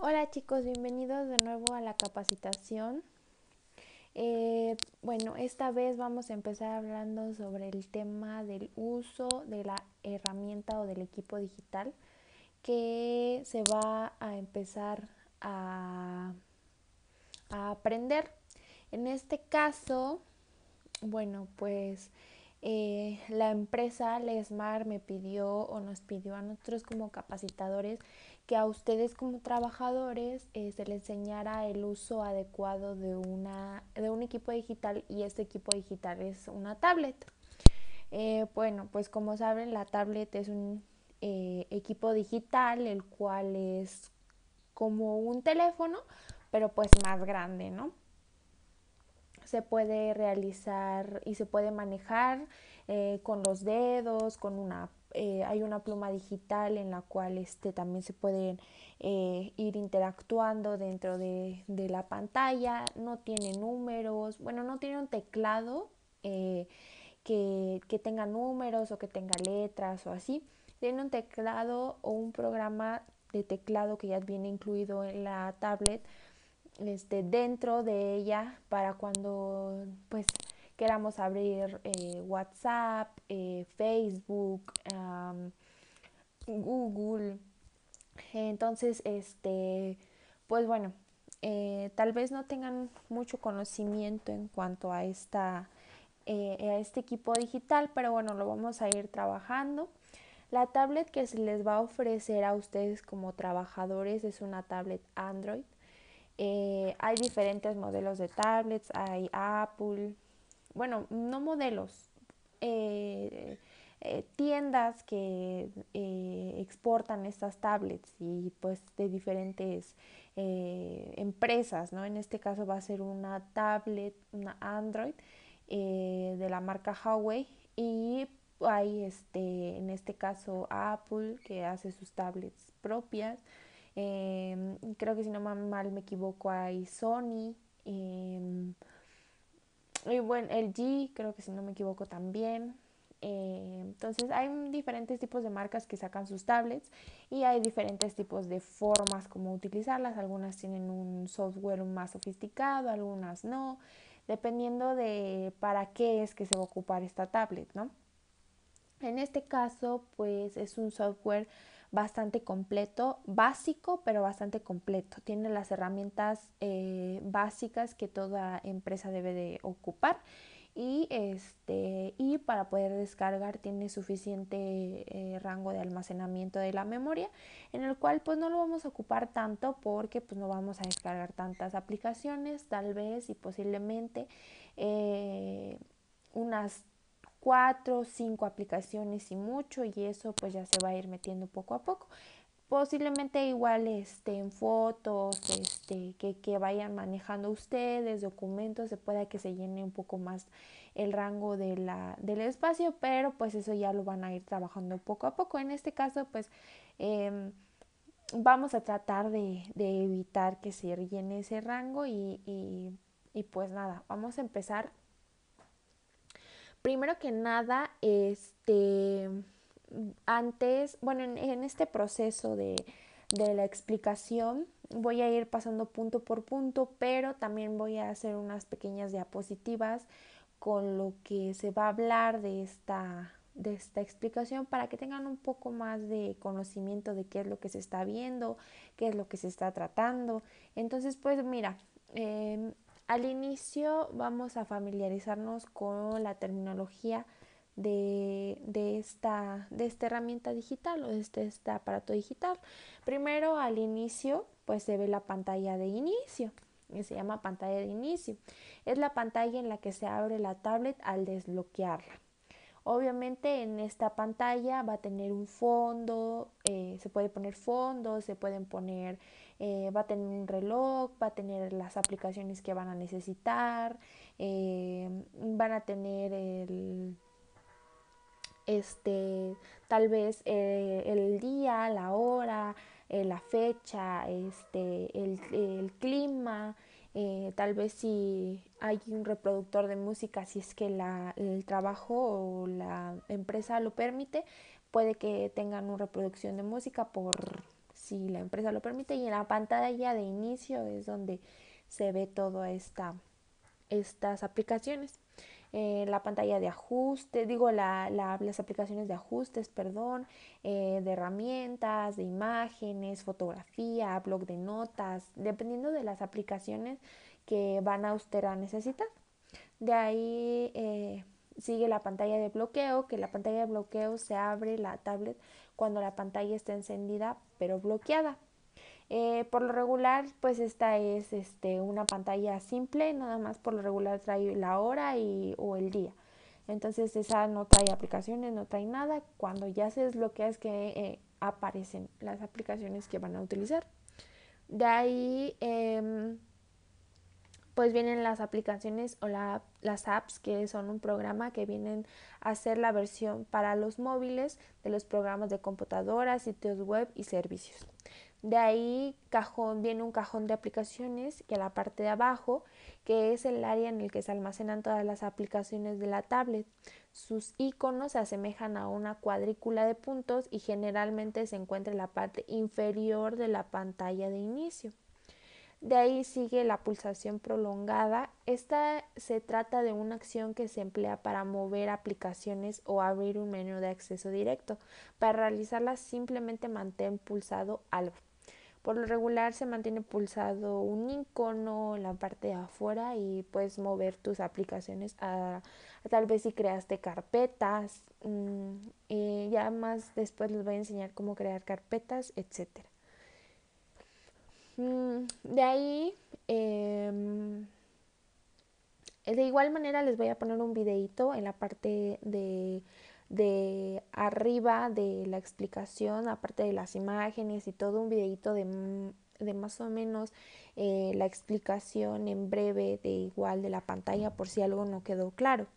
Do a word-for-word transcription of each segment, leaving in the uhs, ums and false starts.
Hola chicos, bienvenidos de nuevo a la capacitación. Eh, bueno, esta vez vamos a empezar hablando sobre el tema del uso de la herramienta o del equipo digital que se va a empezar a, a aprender. En este caso, bueno, pues eh, la empresa Lesmar me pidió o nos pidió a nosotros como capacitadores que a ustedes como trabajadores eh, se les enseñara el uso adecuado de, una, de un equipo digital, y este equipo digital es una tablet. Eh, bueno, pues como saben, la tablet es un eh, equipo digital, el cual es como un teléfono, pero pues más grande, ¿no? Se puede realizar y se puede manejar eh, con los dedos, con una eh, hay una pluma digital en la cual este también se pueden eh, ir interactuando dentro de, de, la pantalla. No tiene números, bueno, no tiene un teclado eh, que, que tenga números o que tenga letras o así. Tiene un teclado o un programa de teclado que ya viene incluido en la tablet, este, dentro de ella, para cuando pues queramos abrir eh, WhatsApp, eh, Facebook, um, Google. Entonces, este, pues bueno, eh, tal vez no tengan mucho conocimiento en cuanto a esta eh, a este equipo digital, pero bueno, lo vamos a ir trabajando. La tablet que se les va a ofrecer a ustedes como trabajadores es una tablet Android. Eh, hay diferentes modelos de tablets, hay Apple, bueno, no modelos, eh, eh, tiendas que eh, exportan estas tablets y pues de diferentes eh, empresas, ¿no? En este caso va a ser una tablet, una Android eh, de la marca Huawei, y hay este, en este caso Apple, que hace sus tablets propias. Eh, creo que si no mal me equivoco hay Sony. Eh, y bueno, el G, creo que si no me equivoco también. Eh, entonces hay diferentes tipos de marcas que sacan sus tablets y hay diferentes tipos de formas como utilizarlas. Algunas tienen un software más sofisticado, algunas no, dependiendo de para qué es que se va a ocupar esta tablet, ¿no? En este caso, pues es un software bastante completo, básico, pero bastante completo. Tiene las herramientas eh, básicas que toda empresa debe de ocupar, y este y para poder descargar tiene suficiente eh, rango de almacenamiento de la memoria, en el cual pues no lo vamos a ocupar tanto porque pues no vamos a descargar tantas aplicaciones, tal vez y posiblemente eh, unas cuatro o cinco aplicaciones y mucho, y eso pues ya se va a ir metiendo poco a poco. Posiblemente igual este, en fotos este, que, que vayan manejando ustedes, documentos, se pueda que se llene un poco más el rango de la, del espacio, pero pues eso ya lo van a ir trabajando poco a poco. En este caso pues eh, vamos a tratar de, de evitar que se llene ese rango, y, y, y pues nada, vamos a empezar. Primero que nada, este, antes, bueno, en, en este proceso de, de la explicación voy a ir pasando punto por punto, pero también voy a hacer unas pequeñas diapositivas con lo que se va a hablar de esta, de esta explicación, para que tengan un poco más de conocimiento de qué es lo que se está viendo, qué es lo que se está tratando. Entonces, pues mira, eh, al inicio vamos a familiarizarnos con la terminología de, de, esta, de esta herramienta digital o de este, este aparato digital. Primero, al inicio, pues se ve la pantalla de inicio, que se llama pantalla de inicio. Es la pantalla en la que se abre la tablet al desbloquearla. Obviamente en esta pantalla va a tener un fondo, eh, se puede poner fondos, se pueden poner, eh, va a tener un reloj, va a tener las aplicaciones que van a necesitar, eh, van a tener el, este, tal vez eh, el día, la hora, eh, la fecha, este, el, el clima, eh, tal vez si hay un reproductor de música, si es que la, el trabajo o la empresa lo permite, puede que tengan una reproducción de música por si la empresa lo permite, y en la pantalla de inicio es donde se ve todas esta, estas aplicaciones. Eh, la pantalla de ajuste, digo la, la, las aplicaciones de ajustes, perdón, eh, de herramientas, de imágenes, fotografía, blog de notas, dependiendo de las aplicaciones que van a usted a necesitar. De ahí eh, sigue la pantalla de bloqueo, que la pantalla de bloqueo se abre la tablet cuando la pantalla está encendida pero bloqueada. Eh, por lo regular, pues esta es este, una pantalla simple, nada más por lo regular trae la hora y, o el día. Entonces esa no trae aplicaciones, no trae nada. Cuando ya se desbloquea es que eh, aparecen las aplicaciones que van a utilizar. De ahí eh, pues vienen las aplicaciones o la, las apps, que son un programa que vienen a ser la versión para los móviles de los programas de computadoras, sitios web y servicios. De ahí cajón, viene un cajón de aplicaciones, que a la parte de abajo, que es el área en el que se almacenan todas las aplicaciones de la tablet. Sus iconos se asemejan a una cuadrícula de puntos y generalmente se encuentra en la parte inferior de la pantalla de inicio. De ahí sigue la pulsación prolongada. Esta se trata de una acción que se emplea para mover aplicaciones o abrir un menú de acceso directo. Para realizarla simplemente mantén pulsado algo. Por lo regular se mantiene pulsado un icono en la parte de afuera y puedes mover tus aplicaciones a, a tal vez si creaste carpetas. Mmm, eh, ya más después les voy a enseñar cómo crear carpetas, etcétera. Mm, de ahí, eh, de igual manera les voy a poner un videito en la parte de, de arriba de la explicación, aparte de las imágenes y todo, un videito de, de más o menos eh, la explicación en breve de igual de la pantalla por si algo no quedó claro.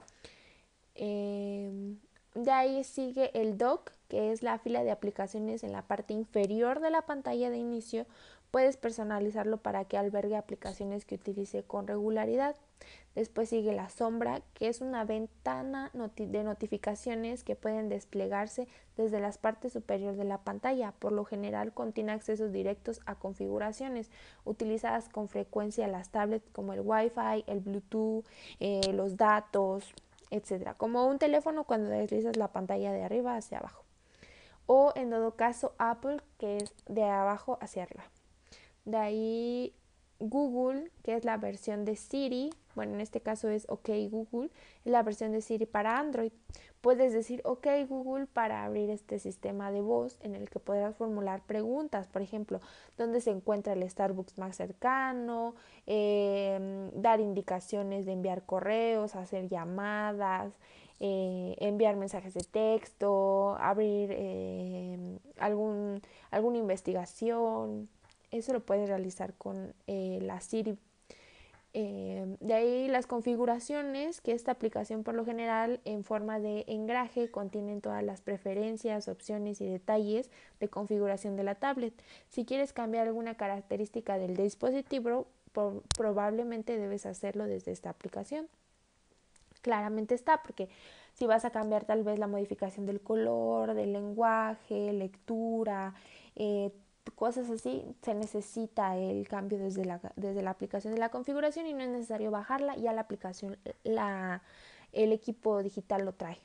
Eh, de ahí sigue el dock, que es la fila de aplicaciones en la parte inferior de la pantalla de inicio. Puedes personalizarlo para que albergue aplicaciones que utilice con regularidad. Después sigue la sombra, que es una ventana noti- de notificaciones que pueden desplegarse desde las partes superiores de la pantalla. Por lo general contiene accesos directos a configuraciones utilizadas con frecuencia en las tablets, como el Wi-Fi, el Bluetooth, eh, los datos, etcétera. Como un teléfono cuando deslizas la pantalla de arriba hacia abajo. O en todo caso Apple, que es de abajo hacia arriba. De ahí Google, que es la versión de Siri, bueno, en este caso es OK Google, es la versión de Siri para Android. Puedes decir OK Google para abrir este sistema de voz en el que podrás formular preguntas, por ejemplo, dónde se encuentra el Starbucks más cercano, eh, dar indicaciones de enviar correos, hacer llamadas, eh, enviar mensajes de texto, abrir eh, algún, alguna investigación. Eso lo puedes realizar con eh, la Siri. Eh, de ahí las configuraciones, que esta aplicación por lo general en forma de engraje contienen todas las preferencias, opciones y detalles de configuración de la tablet. Si quieres cambiar alguna característica del dispositivo, por, probablemente debes hacerlo desde esta aplicación. Claramente está, porque si vas a cambiar tal vez la modificación del color, del lenguaje, lectura, eh, cosas así, se necesita el cambio desde la, desde la aplicación de la configuración y no es necesario bajarla, ya la aplicación, la, el equipo digital lo trae.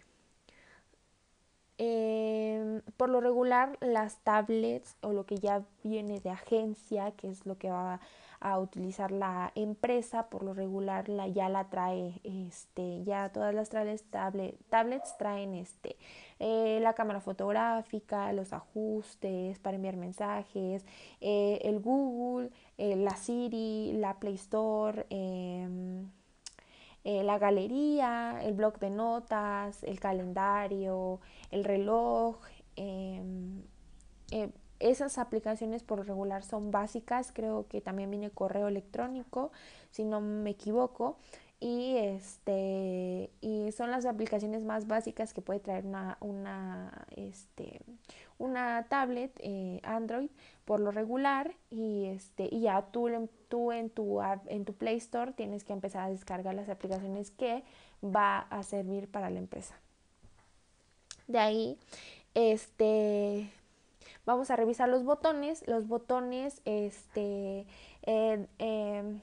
Eh, por lo regular, las tablets o lo que ya viene de agencia, que es lo que va a utilizar la empresa, por lo regular la, ya la trae, este, ya todas las tablets, tablet, tablets traen este, eh, la cámara fotográfica, los ajustes para enviar mensajes, eh, el Google, eh, la Siri, la Play Store, eh, eh, la galería, el bloc de notas, el calendario, el reloj. Eh, eh, esas aplicaciones por lo regular son básicas, creo que también viene correo electrónico, si no me equivoco, y este y son las aplicaciones más básicas que puede traer una una este una tablet eh, Android por lo regular, y este y ya tú, tú en tu app, en tu Play Store tienes que empezar a descargar las aplicaciones que va a servir para la empresa. De ahí este vamos a revisar los botones. Los botones, este, eh, eh,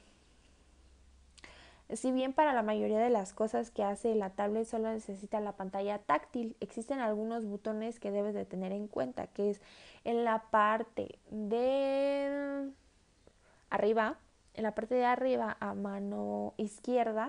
si bien para la mayoría de las cosas que hace la tablet solo necesita la pantalla táctil, existen algunos botones que debes de tener en cuenta, que es en la parte de arriba, en la parte de arriba a mano izquierda,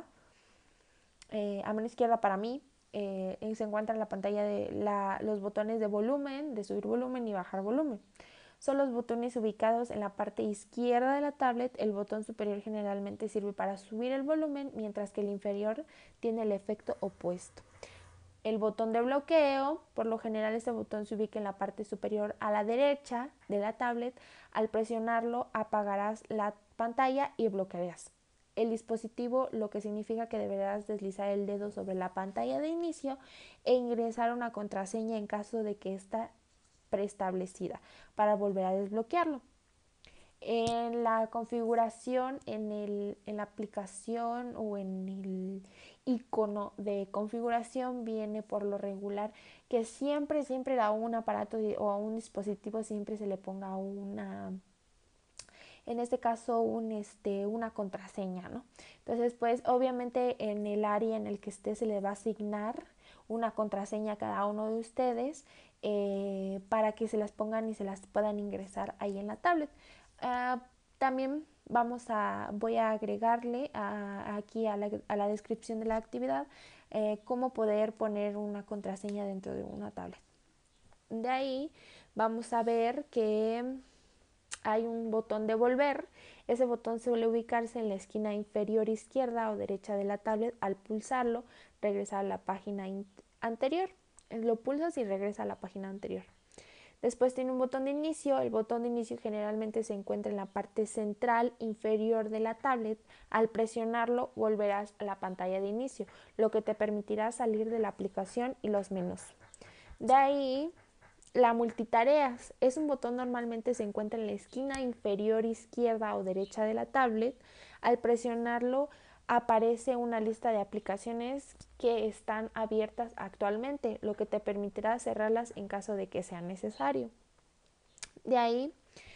eh, a mano izquierda para mí, eh, se encuentra en la pantalla de la, los botones de volumen, de subir volumen y bajar volumen. Son los botones ubicados en la parte izquierda de la tablet. El botón superior generalmente sirve para subir el volumen, mientras que el inferior tiene el efecto opuesto. El botón de bloqueo, por lo general este botón se ubica en la parte superior a la derecha de la tablet. Al presionarlo apagarás la pantalla y bloquearás el dispositivo, lo que significa que deberás deslizar el dedo sobre la pantalla de inicio e ingresar una contraseña en caso de que esta preestablecida para volver a desbloquearlo. En la configuración, en, el, en la aplicación o en el icono de configuración viene por lo regular que siempre, siempre a un aparato o a un dispositivo siempre se le ponga una, en este caso un, este, una contraseña, ¿no? Entonces, pues obviamente en el área en el que esté se le va a asignar una contraseña a cada uno de ustedes eh, para que se las pongan y se las puedan ingresar ahí en la tablet. Uh, también vamos a, voy a agregarle a, aquí a la, a la descripción de la actividad eh, cómo poder poner una contraseña dentro de una tablet. De ahí vamos a ver que hay un botón de volver. Ese botón suele ubicarse en la esquina inferior izquierda o derecha de la tablet. Al pulsarlo, regresa a la página anterior. Lo pulsas y regresa a la página anterior. Después tiene un botón de inicio. El botón de inicio generalmente se encuentra en la parte central inferior de la tablet. Al presionarlo volverás a la pantalla de inicio, lo que te permitirá salir de la aplicación y los menús. De ahí, la multitareas es un botón, normalmente se encuentra en la esquina inferior izquierda o derecha de la tablet. Al presionarlo aparece una lista de aplicaciones que están abiertas actualmente, lo que te permitirá cerrarlas en caso de que sea necesario. De ahí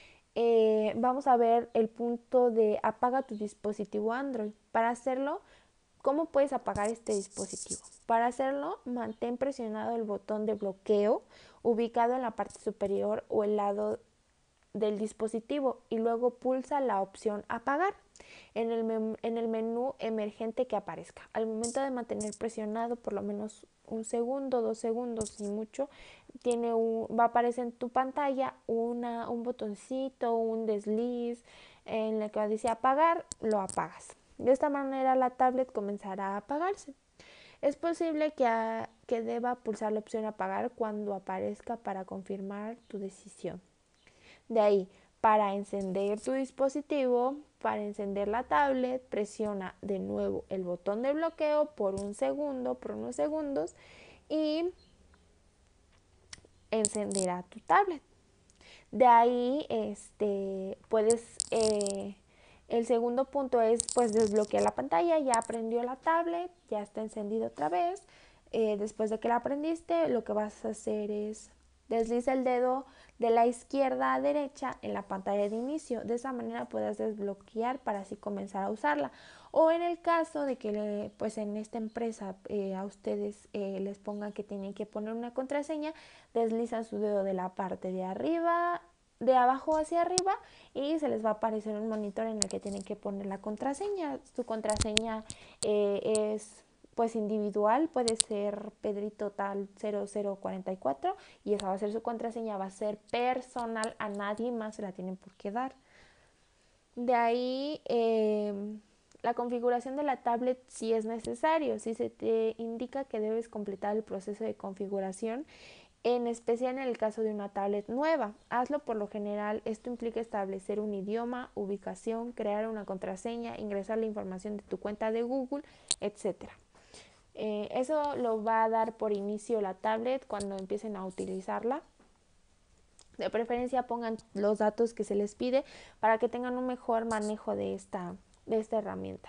eh, vamos a ver el punto de apaga tu dispositivo Android. Para hacerlo, ¿cómo puedes apagar este dispositivo? Para hacerlo, mantén presionado el botón de bloqueo ubicado en la parte superior o el lado del dispositivo y luego pulsa la opción apagar en el, en el menú emergente que aparezca. Al momento de mantener presionado por lo menos un segundo, dos segundos y mucho, tiene un, va a aparecer en tu pantalla una, un botoncito, un desliz en el que dice apagar, lo apagas. De esta manera la tablet comenzará a apagarse. Es posible que, a, que deba pulsar la opción apagar cuando aparezca para confirmar tu decisión. De ahí, para encender tu dispositivo, para encender la tablet, presiona de nuevo el botón de bloqueo por un segundo, por unos segundos y encenderá tu tablet. De ahí, este, puedes, eh, el segundo punto es pues desbloquear la pantalla. Ya prendió la tablet, ya está encendido otra vez. Eh, después de que la prendiste, lo que vas a hacer es desliza el dedo de la izquierda a derecha en la pantalla de inicio. De esa manera puedes desbloquear para así comenzar a usarla. O en el caso de que pues en esta empresa eh, a ustedes eh, les pongan que tienen que poner una contraseña, deslizan su dedo de la parte de arriba, de abajo hacia arriba, y se les va a aparecer un monitor en el que tienen que poner la contraseña. Su contraseña eh, es pues individual, puede ser Pedrito tal cero cero cuatro cuatro y esa va a ser su contraseña, va a ser personal, a nadie más se la tienen por qué dar. De ahí eh, la configuración de la tablet si es necesario, si se te indica que debes completar el proceso de configuración, en especial en el caso de una tablet nueva. Hazlo por lo general. Esto implica establecer un idioma, ubicación, crear una contraseña, ingresar la información de tu cuenta de Google, etcétera. Eh, eso lo va a dar por inicio la tablet cuando empiecen a utilizarla. De preferencia pongan los datos que se les pide para que tengan un mejor manejo de esta, de esta herramienta.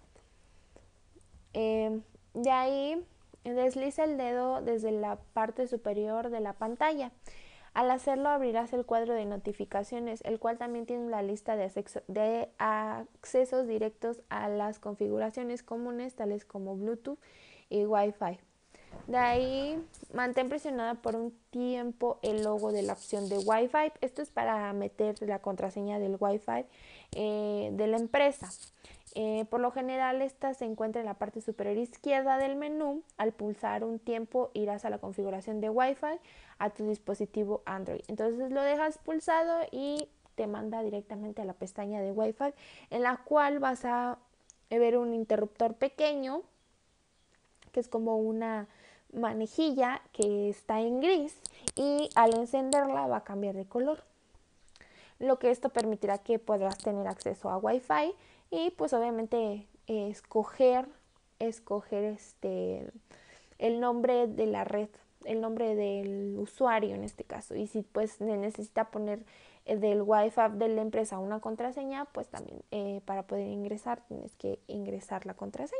Eh, de ahí desliza el dedo desde la parte superior de la pantalla Al hacerlo abrirás el cuadro de notificaciones, el cual también tiene la lista de, acceso, de accesos directos a las configuraciones comunes tales como Bluetooth y Wi-Fi. De ahí, mantén presionada por un tiempo el logo de la opción de Wi-Fi. Esto es para meter la contraseña del Wi-Fi eh, de la empresa. Eh, por lo general, esta se encuentra en la parte superior izquierda del menú. Al pulsar un tiempo, irás a la configuración de Wi-Fi a tu dispositivo Android. Entonces lo dejas pulsado y te manda directamente a la pestaña de Wi-Fi, en la cual vas a ver un interruptor pequeño, que es como una manejilla que está en gris, y al encenderla va a cambiar de color, lo que esto permitirá que podrás tener acceso a Wi-Fi y pues obviamente eh, escoger escoger este el nombre de la red, el nombre del usuario en este caso, y si pues necesita poner eh, del Wi-Fi de la empresa una contraseña, pues también eh, para poder ingresar tienes que ingresar la contraseña.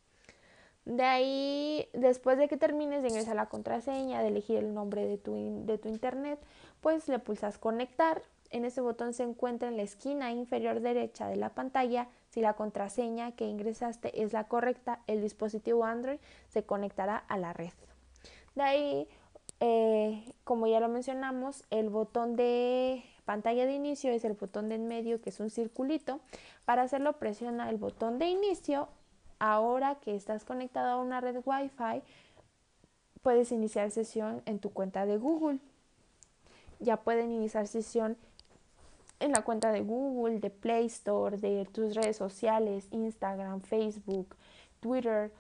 De ahí, después de que termines de ingresar la contraseña, de elegir el nombre de tu, de tu internet, pues le pulsas conectar. En ese botón se encuentra en la esquina inferior derecha de la pantalla. Si la contraseña que ingresaste es la correcta, el dispositivo Android se conectará a la red. De ahí, eh, como ya lo mencionamos, el botón de pantalla de inicio es el botón de en medio, que es un circulito. Para hacerlo, presiona el botón de inicio. Ahora que estás conectado a una red Wi-Fi, puedes iniciar sesión en tu cuenta de Google. Ya pueden iniciar sesión en la cuenta de Google, de Play Store, de tus redes sociales, Instagram, Facebook, Twitter.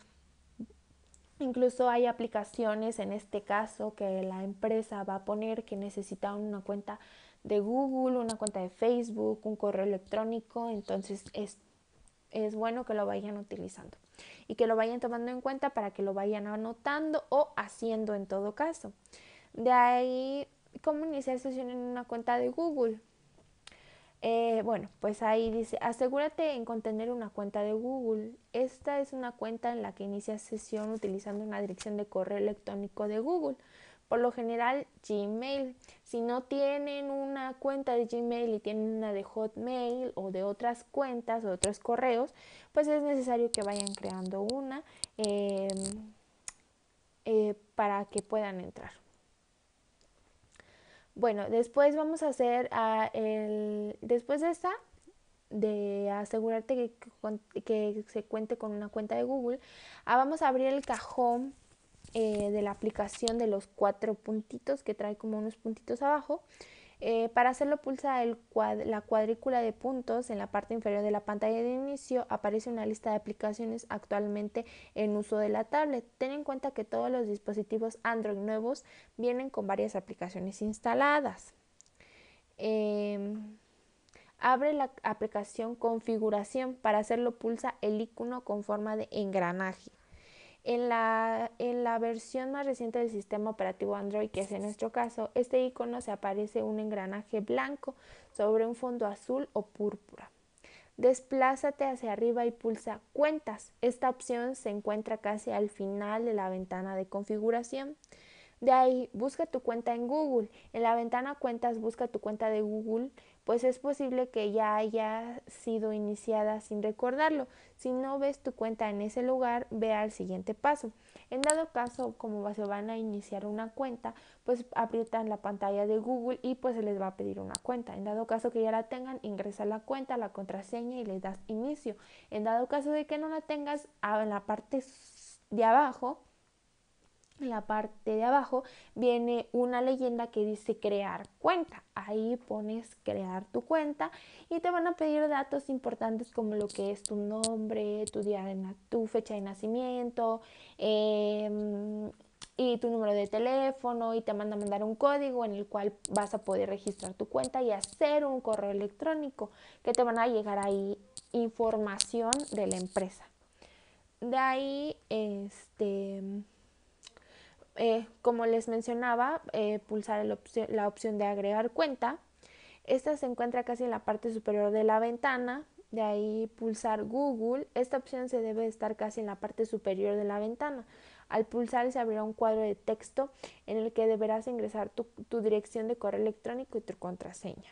Incluso hay aplicaciones, en este caso, que la empresa va a poner que necesitan una cuenta de Google, una cuenta de Facebook, un correo electrónico. Entonces es es bueno que lo vayan utilizando y que lo vayan tomando en cuenta para que lo vayan anotando o haciendo en todo caso. De ahí, ¿cómo iniciar sesión en una cuenta de Google? Eh, bueno, pues ahí dice, asegúrate en contener una cuenta de Google. Esta es una cuenta en la que inicias sesión utilizando una dirección de correo electrónico de Google. Por lo general, Gmail. Si no tienen una cuenta de Gmail y tienen una de Hotmail o de otras cuentas o de otros correos, pues es necesario que vayan creando una eh, eh, para que puedan entrar. Bueno, después vamos a hacer uh, el, después de esta, de asegurarte que, que se cuente con una cuenta de Google, ah, vamos a abrir el cajón eh, de la aplicación de los cuatro puntitos que trae como unos puntitos abajo. Eh, para hacerlo, pulsa el cuad la cuadrícula de puntos en la parte inferior de la pantalla de inicio. Aparece una lista de aplicaciones actualmente en uso de la tablet. Ten en cuenta que todos los dispositivos Android nuevos vienen con varias aplicaciones instaladas. Eh, abre la aplicación Configuración. Para hacerlo, pulsa el icono con forma de engranaje. En la, en la versión más reciente del sistema operativo Android, que es en nuestro caso, este icono se aparece un engranaje blanco sobre un fondo azul o púrpura. Desplázate hacia arriba y pulsa Cuentas. Esta opción se encuentra casi al final de la ventana de configuración. De ahí, busca tu cuenta en Google. En la ventana Cuentas, busca tu cuenta de Google, pues es posible que ya haya sido iniciada sin recordarlo. Si no ves tu cuenta en ese lugar, ve al siguiente paso. En dado caso, como se van a iniciar una cuenta, pues aprietan la pantalla de Google y pues se les va a pedir una cuenta. En dado caso que ya la tengan, ingresa la cuenta, la contraseña y les das inicio. En dado caso de que no la tengas, en la parte de abajo, en la parte de abajo viene una leyenda que dice crear cuenta. Ahí pones crear tu cuenta y te van a pedir datos importantes como lo que es tu nombre, tu día de tu fecha de nacimiento eh, y tu número de teléfono, y te van a mandar un código en el cual vas a poder registrar tu cuenta y hacer un correo electrónico que te van a llegar ahí información de la empresa. De ahí, este... Eh, como les mencionaba, eh, pulsar opción, la opción de agregar cuenta. Esta se encuentra casi en la parte superior de la ventana. De ahí pulsar Google. Esta opción se debe estar casi en la parte superior de la ventana. Al pulsar se abrirá un cuadro de texto en el que deberás ingresar tu, tu dirección de correo electrónico y tu contraseña.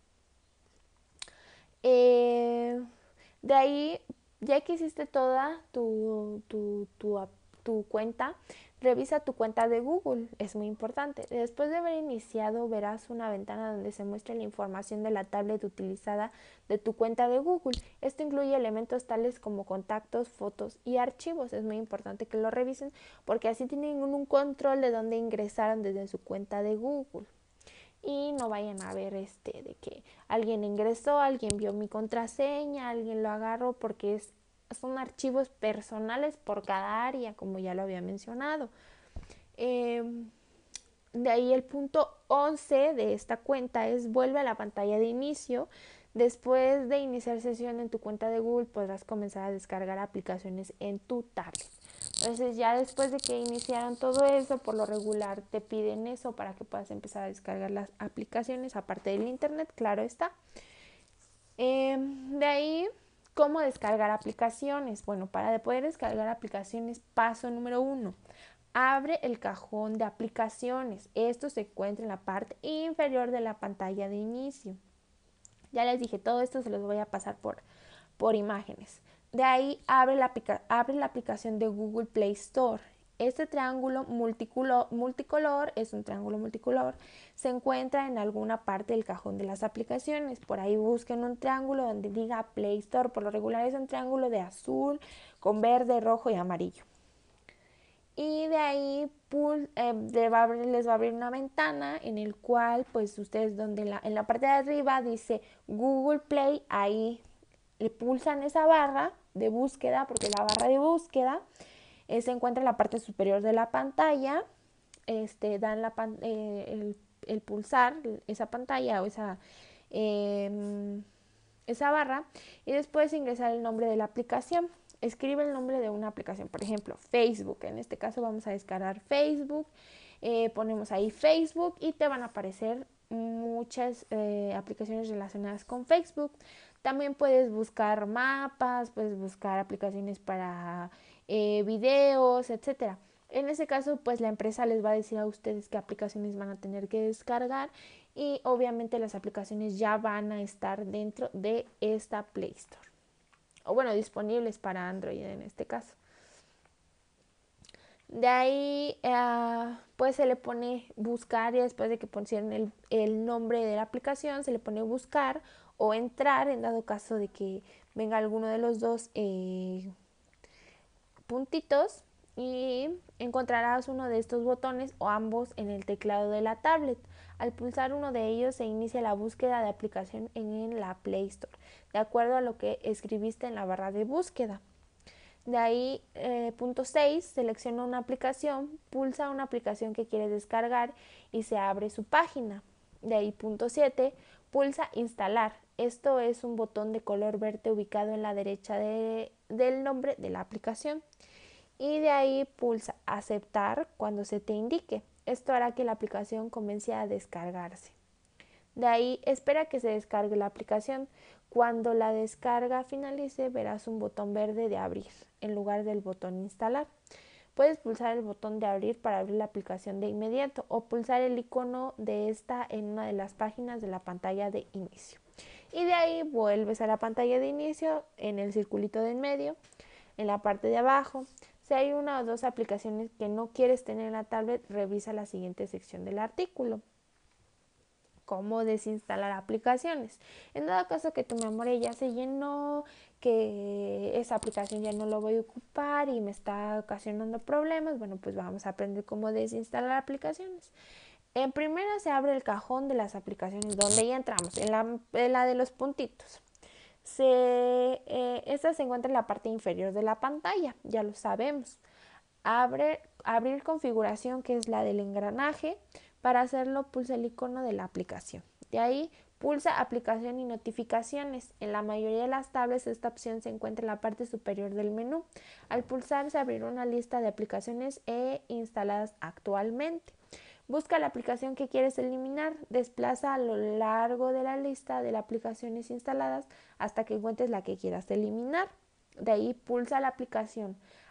Eh, de ahí, ya que hiciste toda tu, tu, tu, tu cuenta, revisa tu cuenta de Google, es muy importante. Después de haber iniciado, verás una ventana donde se muestra la información de la tablet utilizada de tu cuenta de Google. Esto incluye elementos tales como contactos, fotos y archivos. Es muy importante que lo revisen porque así tienen un control de dónde ingresaron desde su cuenta de Google. Y no vayan a ver este de que alguien ingresó, alguien vio mi contraseña, alguien lo agarró, porque es, son archivos personales por cada área, como ya lo había mencionado. Eh, de ahí el punto once de esta cuenta es vuelve a la pantalla de inicio. Después de iniciar sesión en tu cuenta de Google podrás comenzar a descargar aplicaciones en tu tablet. Entonces ya después de que iniciaron todo eso, por lo regular te piden eso para que puedas empezar a descargar las aplicaciones, aparte del internet, claro está. Eh, de ahí, ¿cómo descargar aplicaciones? Bueno, para poder descargar aplicaciones, paso número uno, abre el cajón de aplicaciones. Esto se encuentra en la parte inferior de la pantalla de inicio. Ya les dije, todo esto se los voy a pasar por, por imágenes. De ahí abre la, abre la aplicación de Google Play Store. Este triángulo multicolor, multicolor es un triángulo multicolor. Se encuentra en alguna parte del cajón de las aplicaciones. Por ahí busquen un triángulo donde diga Play Store. Por lo regular es un triángulo de azul con verde, rojo y amarillo. Y de ahí eh, les, va abrir, les va a abrir una ventana en el cual pues ustedes donde la, en la parte de arriba dice Google Play, ahí le pulsan esa barra de búsqueda, porque la barra de búsqueda eh, se encuentra en la parte superior de la pantalla. Este, dan la pan, eh, el, el pulsar esa pantalla o esa, eh, esa barra y después ingresar el nombre de la aplicación. Escribe el nombre de una aplicación, por ejemplo, Facebook. En este caso vamos a descargar Facebook. Eh, ponemos ahí Facebook y te van a aparecer muchas eh, aplicaciones relacionadas con Facebook. También puedes buscar mapas, puedes buscar aplicaciones para eh, videos, etcétera. En ese caso, pues la empresa les va a decir a ustedes qué aplicaciones van a tener que descargar y obviamente las aplicaciones ya van a estar dentro de esta Play Store. O bueno, disponibles para Android en este caso. De ahí, uh, pues se le pone buscar y después de que pusieron el, el nombre de la aplicación, se le pone buscar o entrar en dado caso de que venga alguno de los dos eh, puntitos y encontrarás uno de estos botones o ambos en el teclado de la tablet. Al pulsar uno de ellos se inicia la búsqueda de aplicación en la Play Store, de acuerdo a lo que escribiste en la barra de búsqueda. De ahí, eh, punto seis, selecciona una aplicación, pulsa una aplicación que quieres descargar y se abre su página. De ahí, punto siete, pulsa instalar. Esto es un botón de color verde ubicado en la derecha de, del nombre de la aplicación. Y de ahí pulsa aceptar cuando se te indique. Esto hará que la aplicación comience a descargarse. De ahí espera que se descargue la aplicación. Cuando la descarga finalice verás un botón verde de abrir en lugar del botón instalar. Puedes pulsar el botón de abrir para abrir la aplicación de inmediato o pulsar el icono de esta en una de las páginas de la pantalla de inicio. Y de ahí vuelves a la pantalla de inicio en el circulito de en medio, en la parte de abajo. Si hay una o dos aplicaciones que no quieres tener en la tablet, revisa la siguiente sección del artículo. Cómo desinstalar aplicaciones. En dado caso que tu memoria ya se llenó, que esa aplicación ya no lo voy a ocupar y me está ocasionando problemas, bueno, pues vamos a aprender cómo desinstalar aplicaciones. En primera se abre el cajón de las aplicaciones donde ya entramos, en la, en la de los puntitos. Se, eh, esta se encuentra en la parte inferior de la pantalla, ya lo sabemos. Abre, abrir configuración, que es la del engranaje. Para hacerlo pulsa el icono de la aplicación. De ahí pulsa aplicación y notificaciones. En la mayoría de las tablets esta opción se encuentra en la parte superior del menú. Al pulsar se abrirá una lista de aplicaciones e instaladas actualmente. Busca la aplicación que quieres eliminar, desplaza a lo largo de la lista de las aplicaciones instaladas hasta que encuentres la que quieras eliminar. De ahí pulsa la aplicación.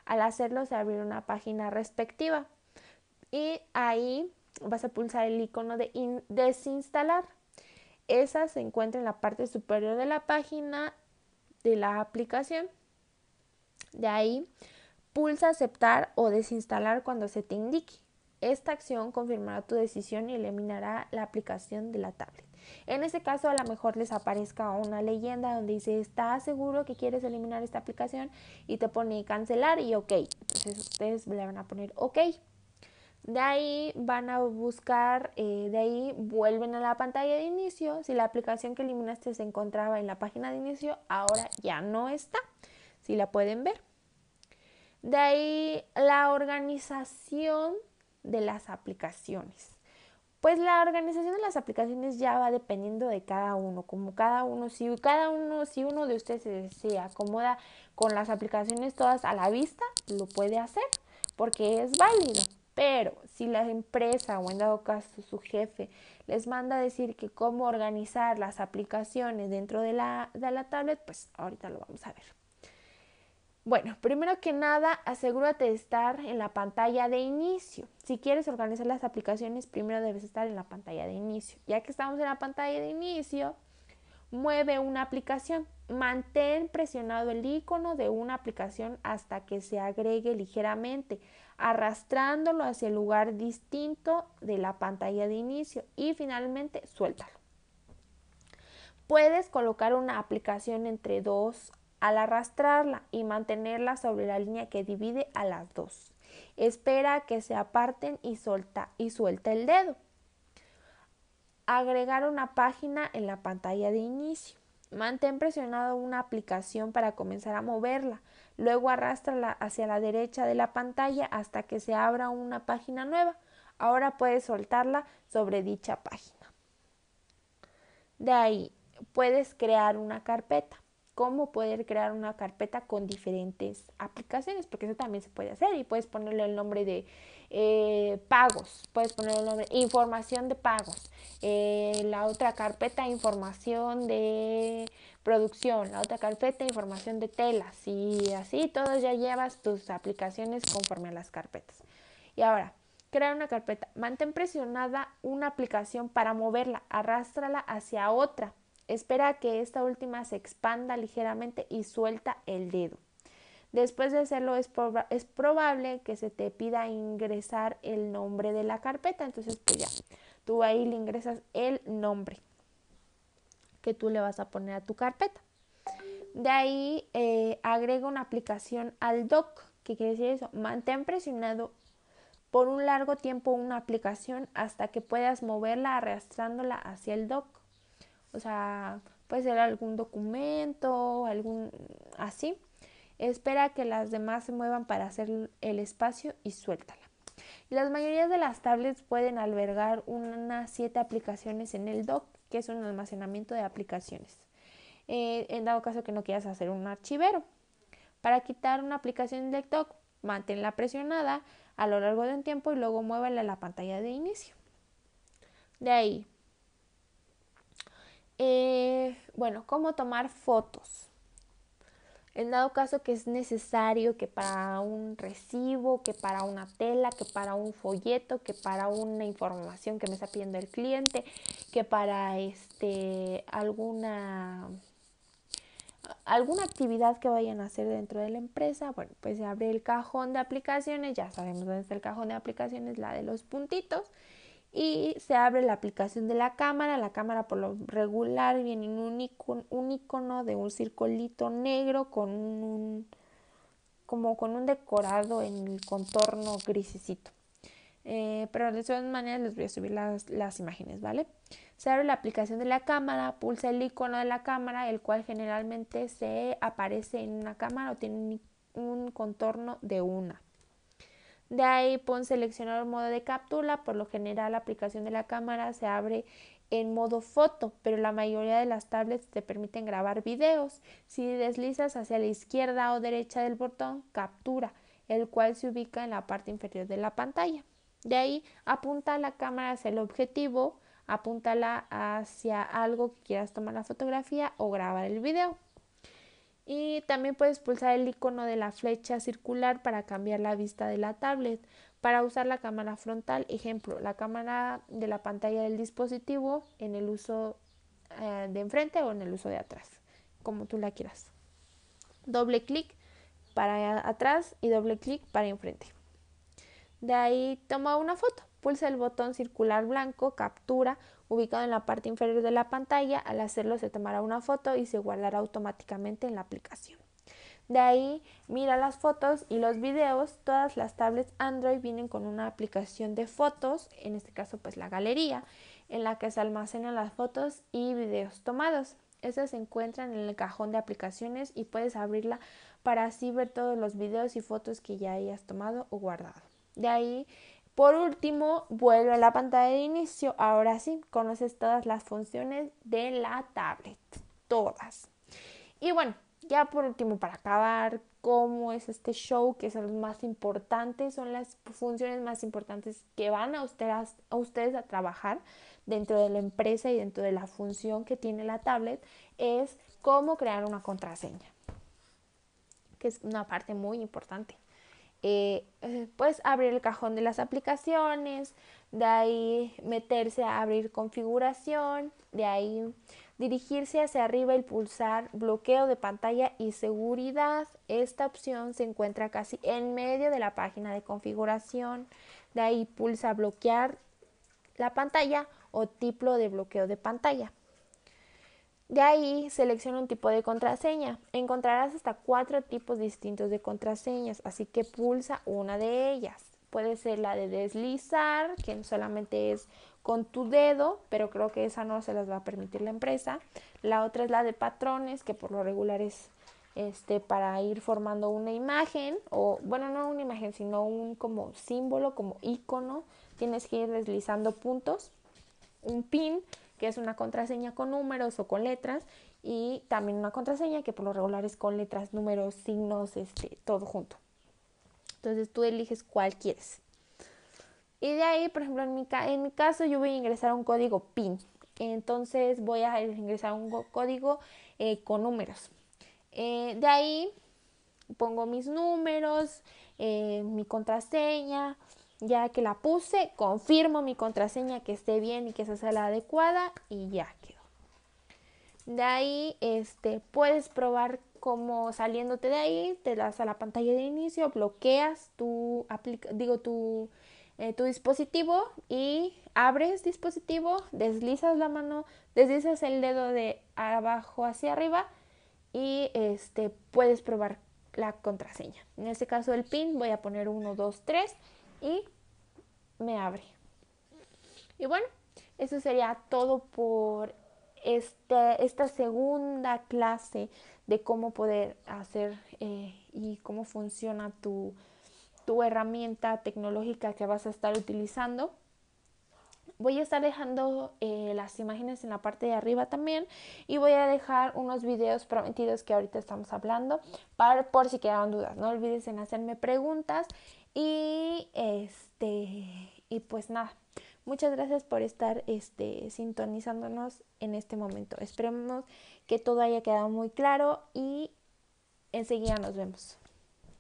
Al hacerlo se abrirá una página respectiva y ahí vas a pulsar el icono de desinstalar. Esa se encuentra en la parte superior de la página de la aplicación. De ahí pulsa aceptar o desinstalar cuando se te indique. Esta acción confirmará tu decisión y eliminará la aplicación de la tablet. En este caso, a lo mejor les aparezca una leyenda donde dice, ¿estás seguro que quieres eliminar esta aplicación? Y te pone cancelar y ok. Entonces ustedes le van a poner ok. De ahí van a buscar, eh, de ahí vuelven a la pantalla de inicio. Si la aplicación que eliminaste se encontraba en la página de inicio, ahora ya no está. Si la pueden ver. De ahí la organización de las aplicaciones. Pues la organización de las aplicaciones ya va dependiendo de cada uno, como cada uno, si cada uno, si uno de ustedes se, se acomoda con las aplicaciones todas a la vista, lo puede hacer porque es válido. Pero si la empresa o en dado caso su jefe les manda a decir que cómo organizar las aplicaciones dentro de la, de la tablet, pues ahorita lo vamos a ver. Bueno, primero que nada, asegúrate de estar en la pantalla de inicio. Si quieres organizar las aplicaciones, primero debes estar en la pantalla de inicio. Ya que estamos en la pantalla de inicio, mueve una aplicación. Mantén presionado el icono de una aplicación hasta que se agregue ligeramente, arrastrándolo hacia el lugar distinto de la pantalla de inicio y finalmente suéltalo. Puedes colocar una aplicación entre dos al arrastrarla y mantenerla sobre la línea que divide a las dos. Espera que se aparten y suelta, y suelta el dedo. Agregar una página en la pantalla de inicio. Mantén presionado una aplicación para comenzar a moverla. Luego arrástrala hacia la derecha de la pantalla hasta que se abra una página nueva. Ahora puedes soltarla sobre dicha página. De ahí puedes crear una carpeta. ¿Cómo poder crear una carpeta con diferentes aplicaciones? Porque eso también se puede hacer y puedes ponerle el nombre de eh, pagos, puedes ponerle el nombre información de pagos, eh, la otra carpeta información de producción, la otra carpeta información de telas y así todos ya llevas tus aplicaciones conforme a las carpetas. Y ahora, crear una carpeta. Mantén presionada una aplicación para moverla, arrástrala hacia otra. Espera que esta última se expanda ligeramente y suelta el dedo. Después de hacerlo es, proba es probable que se te pida ingresar el nombre de la carpeta. Entonces pues ya, tú ahí le ingresas el nombre que tú le vas a poner a tu carpeta. De ahí eh, agrega una aplicación al dock. ¿Qué quiere decir eso? Mantén presionado por un largo tiempo una aplicación hasta que puedas moverla arrastrándola hacia el dock. O sea, puede ser algún documento, algún así. Espera que las demás se muevan para hacer el espacio y suéltala. Las mayorías de las tablets pueden albergar unas siete aplicaciones en el dock, que es un almacenamiento de aplicaciones. Eh, en dado caso que no quieras hacer un archivero. Para quitar una aplicación del dock, manténla presionada a lo largo de un tiempo y luego muévela a la pantalla de inicio. De ahí, eh, bueno, cómo tomar fotos. En dado caso que es necesario que para un recibo, que para una tela, que para un folleto, que para una información que me está pidiendo el cliente, que para este alguna alguna actividad que vayan a hacer dentro de la empresa, bueno, pues se abre el cajón de aplicaciones, ya sabemos dónde está el cajón de aplicaciones, la de los puntitos, y se abre la aplicación de la cámara. La cámara por lo regular viene en un icono, un icono de un circulito negro con un como con un decorado en el contorno grisecito. Eh, pero de todas maneras les voy a subir las, las imágenes, ¿vale? Se abre la aplicación de la cámara, pulsa el icono de la cámara, el cual generalmente se aparece en una cámara o tiene un, un contorno de una. De ahí pon seleccionar el modo de captura. Por lo general la aplicación de la cámara se abre en modo foto, pero la mayoría de las tablets te permiten grabar videos. Si deslizas hacia la izquierda o derecha del botón captura, el cual se ubica en la parte inferior de la pantalla. De ahí apunta la cámara hacia el objetivo, apúntala hacia algo que quieras tomar la fotografía o grabar el video. Y también puedes pulsar el icono de la flecha circular para cambiar la vista de la tablet. Para usar la cámara frontal, ejemplo, la cámara de la pantalla del dispositivo en el uso eh, de enfrente o en el uso de atrás, como tú la quieras. Doble clic para atrás y doble clic para enfrente. De ahí toma una foto. Pulsa el botón circular blanco, captura, ubicado en la parte inferior de la pantalla. Al hacerlo se tomará una foto y se guardará automáticamente en la aplicación. De ahí mira las fotos y los videos. Todas las tablets Android vienen con una aplicación de fotos, en este caso pues la galería, en la que se almacenan las fotos y videos tomados. Estas se encuentran en el cajón de aplicaciones y puedes abrirla para así ver todos los videos y fotos que ya hayas tomado o guardado. De ahí, por último, vuelve a la pantalla de inicio. Ahora sí, conoces todas las funciones de la tablet, todas. Y bueno, ya por último, para acabar, ¿cómo es este show? Que son los más importantes, son las funciones más importantes que van a ustedes, a ustedes a trabajar dentro de la empresa y dentro de la función que tiene la tablet, es cómo crear una contraseña, que es una parte muy importante. Eh, eh, puedes abrir el cajón de las aplicaciones, de ahí meterse a abrir configuración, de ahí dirigirse hacia arriba y pulsar bloqueo de pantalla y seguridad. Esta opción se encuentra casi en medio de la página de configuración. De ahí pulsa bloquear la pantalla o tipo de bloqueo de pantalla. De ahí selecciona un tipo de contraseña. Encontrarás hasta cuatro tipos distintos de contraseñas, así que pulsa una de ellas. Puede ser la de deslizar, que solamente es con tu dedo, pero creo que esa no se las va a permitir la empresa. La otra es la de patrones, que por lo regular es este para ir formando una imagen, o bueno, no una imagen, sino un como símbolo, como icono. Tienes que ir deslizando puntos. Un pin, que es una contraseña con números o con letras, y también una contraseña que por lo regular es con letras, números, signos, este, todo junto. Entonces tú eliges cuál quieres. Y de ahí, por ejemplo, en mi, en mi caso yo voy a ingresar un código PIN. Entonces voy a ingresar un código eh, con números. Eh, de ahí pongo mis números, eh, mi contraseña. Ya que la puse, confirmo mi contraseña que esté bien y que esa sea la adecuada y ya quedó. De ahí este, puedes probar como saliéndote de ahí, te das a la pantalla de inicio, bloqueas tu, aplica, digo, tu, eh, tu dispositivo y abres dispositivo, deslizas la mano, deslizas el dedo de abajo hacia arriba y este, puedes probar la contraseña. En este caso el PIN voy a poner uno, dos, tres y me abre. Y bueno, eso sería todo por este, esta segunda clase de cómo poder hacer eh, y cómo funciona tu, tu herramienta tecnológica que vas a estar utilizando. Voy a estar dejando eh, las imágenes en la parte de arriba también y voy a dejar unos videos prometidos que ahorita estamos hablando para, por si quedaban dudas. No olvides en hacerme preguntas y este y pues nada. Muchas gracias por estar este, sintonizándonos en este momento. Esperemos que todo haya quedado muy claro y enseguida nos vemos.